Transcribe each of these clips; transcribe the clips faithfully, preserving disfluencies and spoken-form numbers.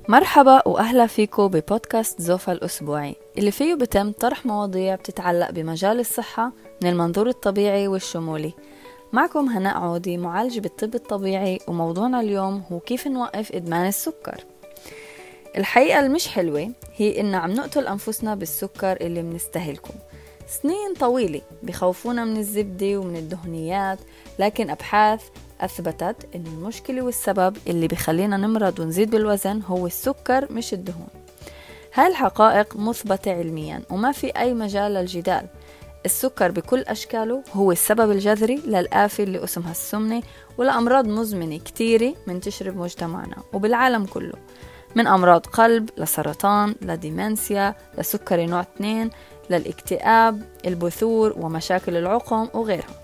مرحبا وأهلا فيكم ببودكاست زوفا الأسبوعي اللي فيه بتم طرح مواضيع بتتعلق بمجال الصحة من المنظور الطبيعي والشمولي. معكم هناء عودي، معالجة بالطب الطبيعي، وموضوعنا اليوم هو كيف نوقف إدمان السكر. الحقيقة المش حلوة هي إن عم نقتل أنفسنا بالسكر اللي منستهلكه. سنين طويلة بخوفونا من الزبدة ومن الدهنيات، لكن أبحاث أثبتت إن المشكلة والسبب اللي بيخلينا نمرض ونزيد بالوزن هو السكر مش الدهون. هاي الحقائق مثبتة علميا وما في أي مجال للجدال. السكر بكل أشكاله هو السبب الجذري للآفة اللي اسمها السمنة ولأمراض مزمنة كتيرة منتشرة بمجتمعنا وبالعالم كله، من أمراض قلب لسرطان لديمنسيا لسكري نوع اثنين للاكتئاب، البثور ومشاكل العقم وغيرها.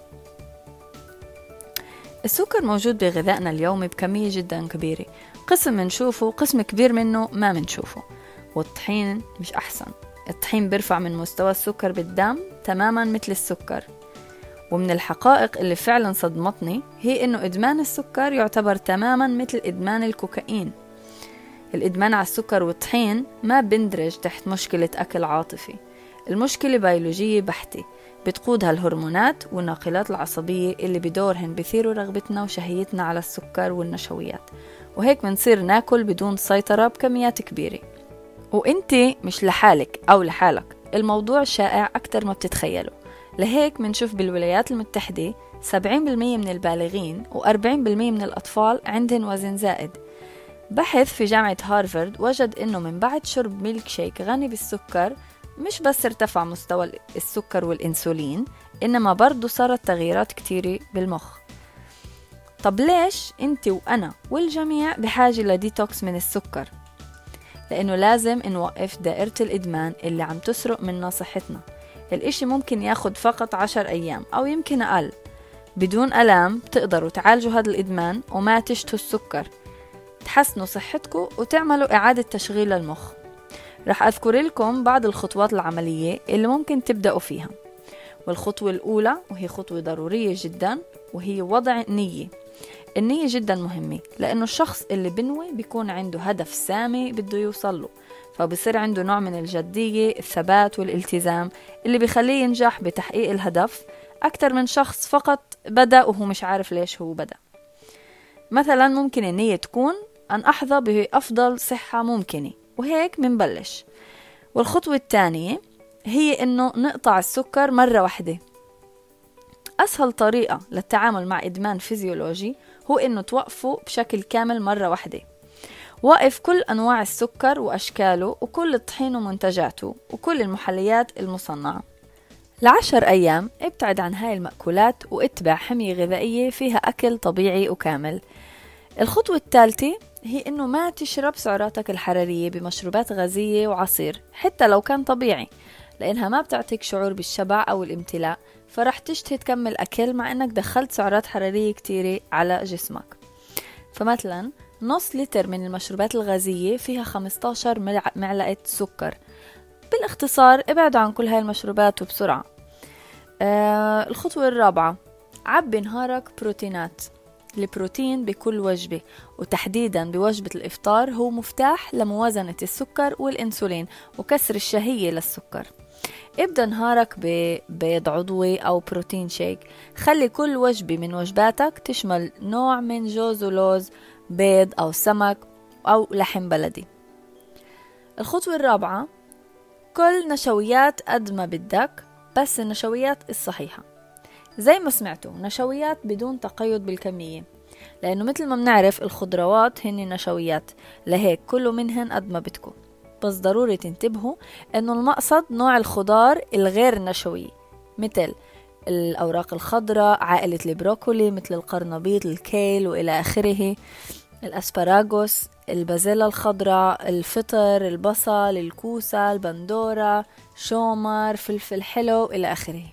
السكر موجود بغذائنا اليومي بكمية جدا كبيرة، قسم منشوفه قسم كبير منه ما منشوفه. والطحين مش أحسن، الطحين بيرفع من مستوى السكر بالدم تماما مثل السكر. ومن الحقائق اللي فعلا صدمتني هي إنه إدمان السكر يعتبر تماما مثل إدمان الكوكايين. الإدمان على السكر والطحين ما بندرج تحت مشكلة أكل عاطفي، المشكلة بيولوجية بحتة بتقودها الهرمونات والناقلات العصبية اللي بدورهن بيثيروا رغبتنا وشهيتنا على السكر والنشويات، وهيك منصير ناكل بدون سيطرة بكميات كبيرة. وانتي مش لحالك أو لحالك، الموضوع شائع أكتر ما بتتخيلوا. لهيك منشوف بالولايات المتحدة سبعين بالمية من البالغين وأربعين بالمية من الأطفال عندهم وزن زائد. بحث في جامعة هارفارد وجد إنه من بعد شرب ميلك شيك غني بالسكر مش بس ارتفع مستوى السكر والإنسولين، إنما برضو صارت تغييرات كتيرة بالمخ. طب ليش انت وأنا والجميع بحاجة لديتوكس من السكر؟ لأنه لازم نوقف دائرة الإدمان اللي عم تسرق منا صحتنا. الإشي ممكن ياخد فقط عشر أيام أو يمكن أقل، بدون ألام بتقدروا تعالجوا هذا الإدمان وما تشتهوا السكر، تحسنوا صحتكم وتعملوا إعادة تشغيل للمخ. رح أذكر لكم بعض الخطوات العملية اللي ممكن تبدأوا فيها. والخطوة الأولى وهي خطوة ضرورية جدا وهي وضع نية. النية جدا مهمة، لأنه الشخص اللي بنوي بيكون عنده هدف سامي بده يوصله، فبصير عنده نوع من الجدية، الثبات والالتزام اللي بيخليه ينجح بتحقيق الهدف أكتر من شخص فقط بدأ وهو مش عارف ليش هو بدأ. مثلا ممكن النية تكون أن أحظى بأفضل صحة ممكنة، وهيك منبلش. والخطوة الثانية هي إنه نقطع السكر مرة واحدة. أسهل طريقة للتعامل مع إدمان فيزيولوجي هو إنه توقفه بشكل كامل مرة واحدة. وقف كل أنواع السكر وأشكاله وكل الطحين ومنتجاته وكل المحليات المصنعة لعشر أيام. ابتعد عن هاي المأكولات واتبع حمية غذائية فيها أكل طبيعي وكامل. الخطوة الثالثة هي إنه ما تشرب سعراتك الحرارية بمشروبات غازية وعصير حتى لو كان طبيعي، لأنها ما بتعطيك شعور بالشبع أو الامتلاء، فرح تشتهي تكمل أكل مع إنك دخلت سعرات حرارية كتيرة على جسمك. فمثلا نص لتر من المشروبات الغازية فيها خمسة عشر معلقة سكر. بالاختصار ابعدوا عن كل هاي المشروبات وبسرعة. آه الخطوة الرابعة، عبي نهارك بروتينات. البروتين بكل وجبة وتحديدا بوجبة الإفطار هو مفتاح لموازنة السكر والإنسولين وكسر الشهية للسكر. ابدأ نهارك ببيض عضوي أو بروتين شيك. خلي كل وجبة من وجباتك تشمل نوع من جوز ولوز، بيض أو سمك أو لحم بلدي. الخطوة الرابعة، كل نشويات قد ما بدك، بس النشويات الصحيحة. زي ما سمعتوا، نشويات بدون تقيد بالكمية، لأنه مثل ما بنعرف الخضروات هن نشويات، لهيك كله منهن قد ما بدكم. بس ضروري تنتبهوا أنه المقصد نوع الخضار الغير نشوي، مثل الأوراق الخضراء، عائلة البروكولي مثل القرنبيط، الكيل وإلى آخره، الأسبراغوس، البازيلا الخضراء، الفطر، البصل، الكوسة، البندورة، شومر، فلفل حلو إلى آخره.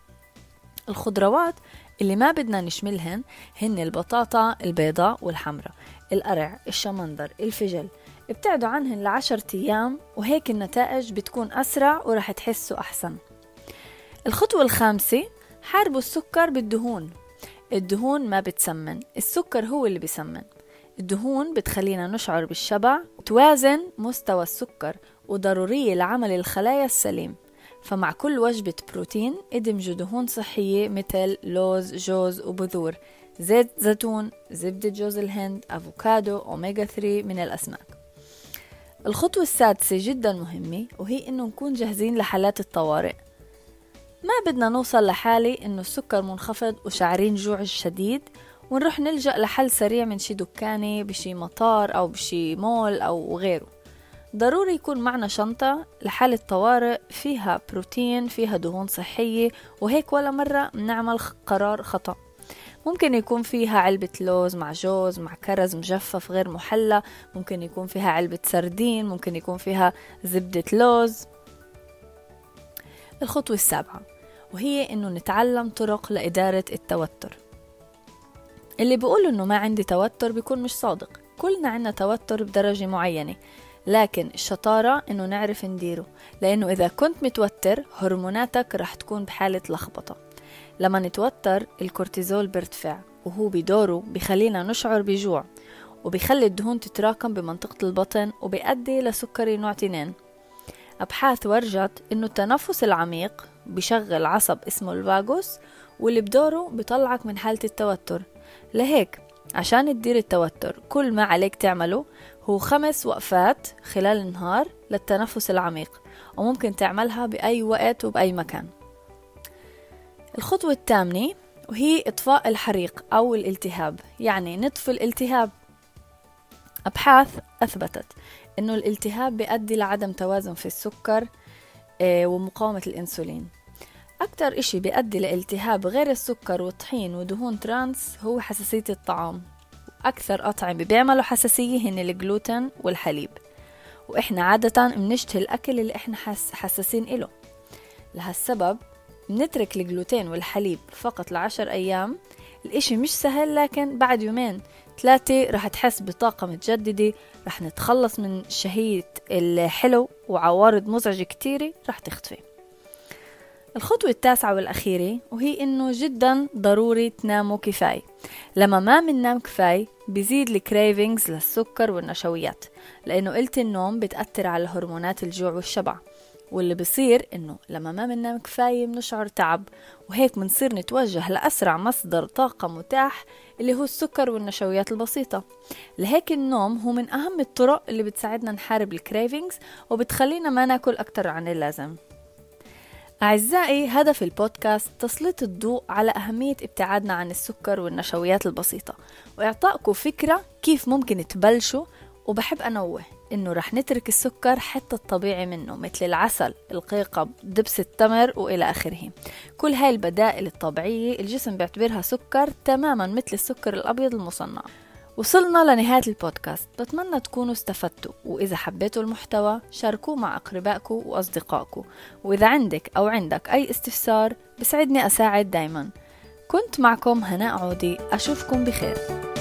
الخضروات اللي ما بدنا نشملهن هن البطاطا البيضاء والحمراء، القرع، الشمندر، الفجل. ابتعدوا عنهن لعشرة أيام وهيك النتائج بتكون أسرع ورح تحسوا أحسن. الخطوة الخامسة، حاربوا السكر بالدهون. الدهون ما بتسمن، السكر هو اللي بيسمن. الدهون بتخلينا نشعر بالشبع وتوازن مستوى السكر وضرورية لعمل الخلايا السليم. فمع كل وجبة بروتين ادمجوا دهون صحية مثل لوز، جوز وبذور، زيت زيتون، زبدة جوز الهند، أفوكادو، أوميغا ثلاثة من الأسماك. الخطوة السادسة جدا مهمة، وهي إنه نكون جاهزين لحالات الطوارئ. ما بدنا نوصل لحالة إنه السكر منخفض وشعرين جوع شديد ونروح نلجأ لحل سريع من شي دكانة بشي مطار أو بشي مول أو غيره. ضروري يكون معنا شنطة لحالة طوارئ فيها بروتين، فيها دهون صحية، وهيك ولا مرة نعمل قرار خطأ. ممكن يكون فيها علبة لوز مع جوز مع كرز مجفف غير محلى، ممكن يكون فيها علبة سردين، ممكن يكون فيها زبدة لوز. الخطوة السابعة وهي إنه نتعلم طرق لإدارة التوتر. اللي بيقول إنه ما عندي توتر بيكون مش صادق. كلنا عنا توتر بدرجة معينة، لكن الشطارة إنه نعرف نديره، لأنه إذا كنت متوتر هرموناتك رح تكون بحالة لخبطة. لما نتوتر الكورتيزول بيرتفع، وهو بدوره بيخلينا نشعر بجوع، وبيخلي الدهون تتراكم بمنطقة البطن، وبيؤدي لسكري نوع اثنين. أبحاث ورجت إنه التنفس العميق بيشغل عصب اسمه الفاغوس، واللي بدوره بيطلعك من حالة التوتر. لهيك عشان تدير التوتر كل ما عليك تعمله هو خمس وقفات خلال النهار للتنفس العميق، وممكن تعملها بأي وقت وبأي مكان. الخطوة الثامنة وهي إطفاء الحريق أو الالتهاب، يعني نطفي الالتهاب. أبحاث أثبتت إنه الالتهاب بيؤدي لعدم توازن في السكر ومقاومة الإنسولين. أكتر إشي بيؤدي لالتهاب غير السكر والطحين ودهون ترانس هو حساسية الطعام. أكثر أطعمة بيعملوا حساسية هن الجلوتين والحليب، وإحنا عادة بنشتهي الأكل اللي إحنا حس حساسين إله. لهالسبب بنترك الجلوتين والحليب فقط لعشر أيام. الإشي مش سهل، لكن بعد يومين ثلاثة رح تحس بطاقة متجددة، رح نتخلص من شهية الحلو، وعوارض مزعجة كتيرة رح تختفي. الخطوة التاسعة والأخيرة وهي إنه جدا ضروري تناموا كفاية. لما ما مننام كفاية بيزيد الكريفينجز للسكر والنشويات، لأنه قلة النوم بتأثر على هرمونات الجوع والشبع. واللي بيصير إنه لما ما مننام كفاية بنشعر تعب، وهيك منصير نتوجه لأسرع مصدر طاقة متاح اللي هو السكر والنشويات البسيطة. لهيك النوم هو من أهم الطرق اللي بتساعدنا نحارب الكريفينجز وبتخلينا ما ناكل أكتر عن اللازم. أعزائي، هدف البودكاست تسليط الضوء على أهمية ابتعادنا عن السكر والنشويات البسيطة، وإعطائكم فكرة كيف ممكن تبلشوا. وبحب أنوه إنه رح نترك السكر حتى الطبيعي منه، مثل العسل، القيقب، دبس التمر وإلى آخره. كل هاي البدائل الطبيعية الجسم بيعتبرها سكر تماما مثل السكر الأبيض المصنع. وصلنا لنهاية البودكاست، بتمنى تكونوا استفدتوا، وإذا حبيتوا المحتوى شاركوه مع أقربائكم وأصدقائكم. وإذا عندك أو عندك أي استفسار بسعدني أساعد دايما. كنت معكم هناء عودي، أشوفكم بخير.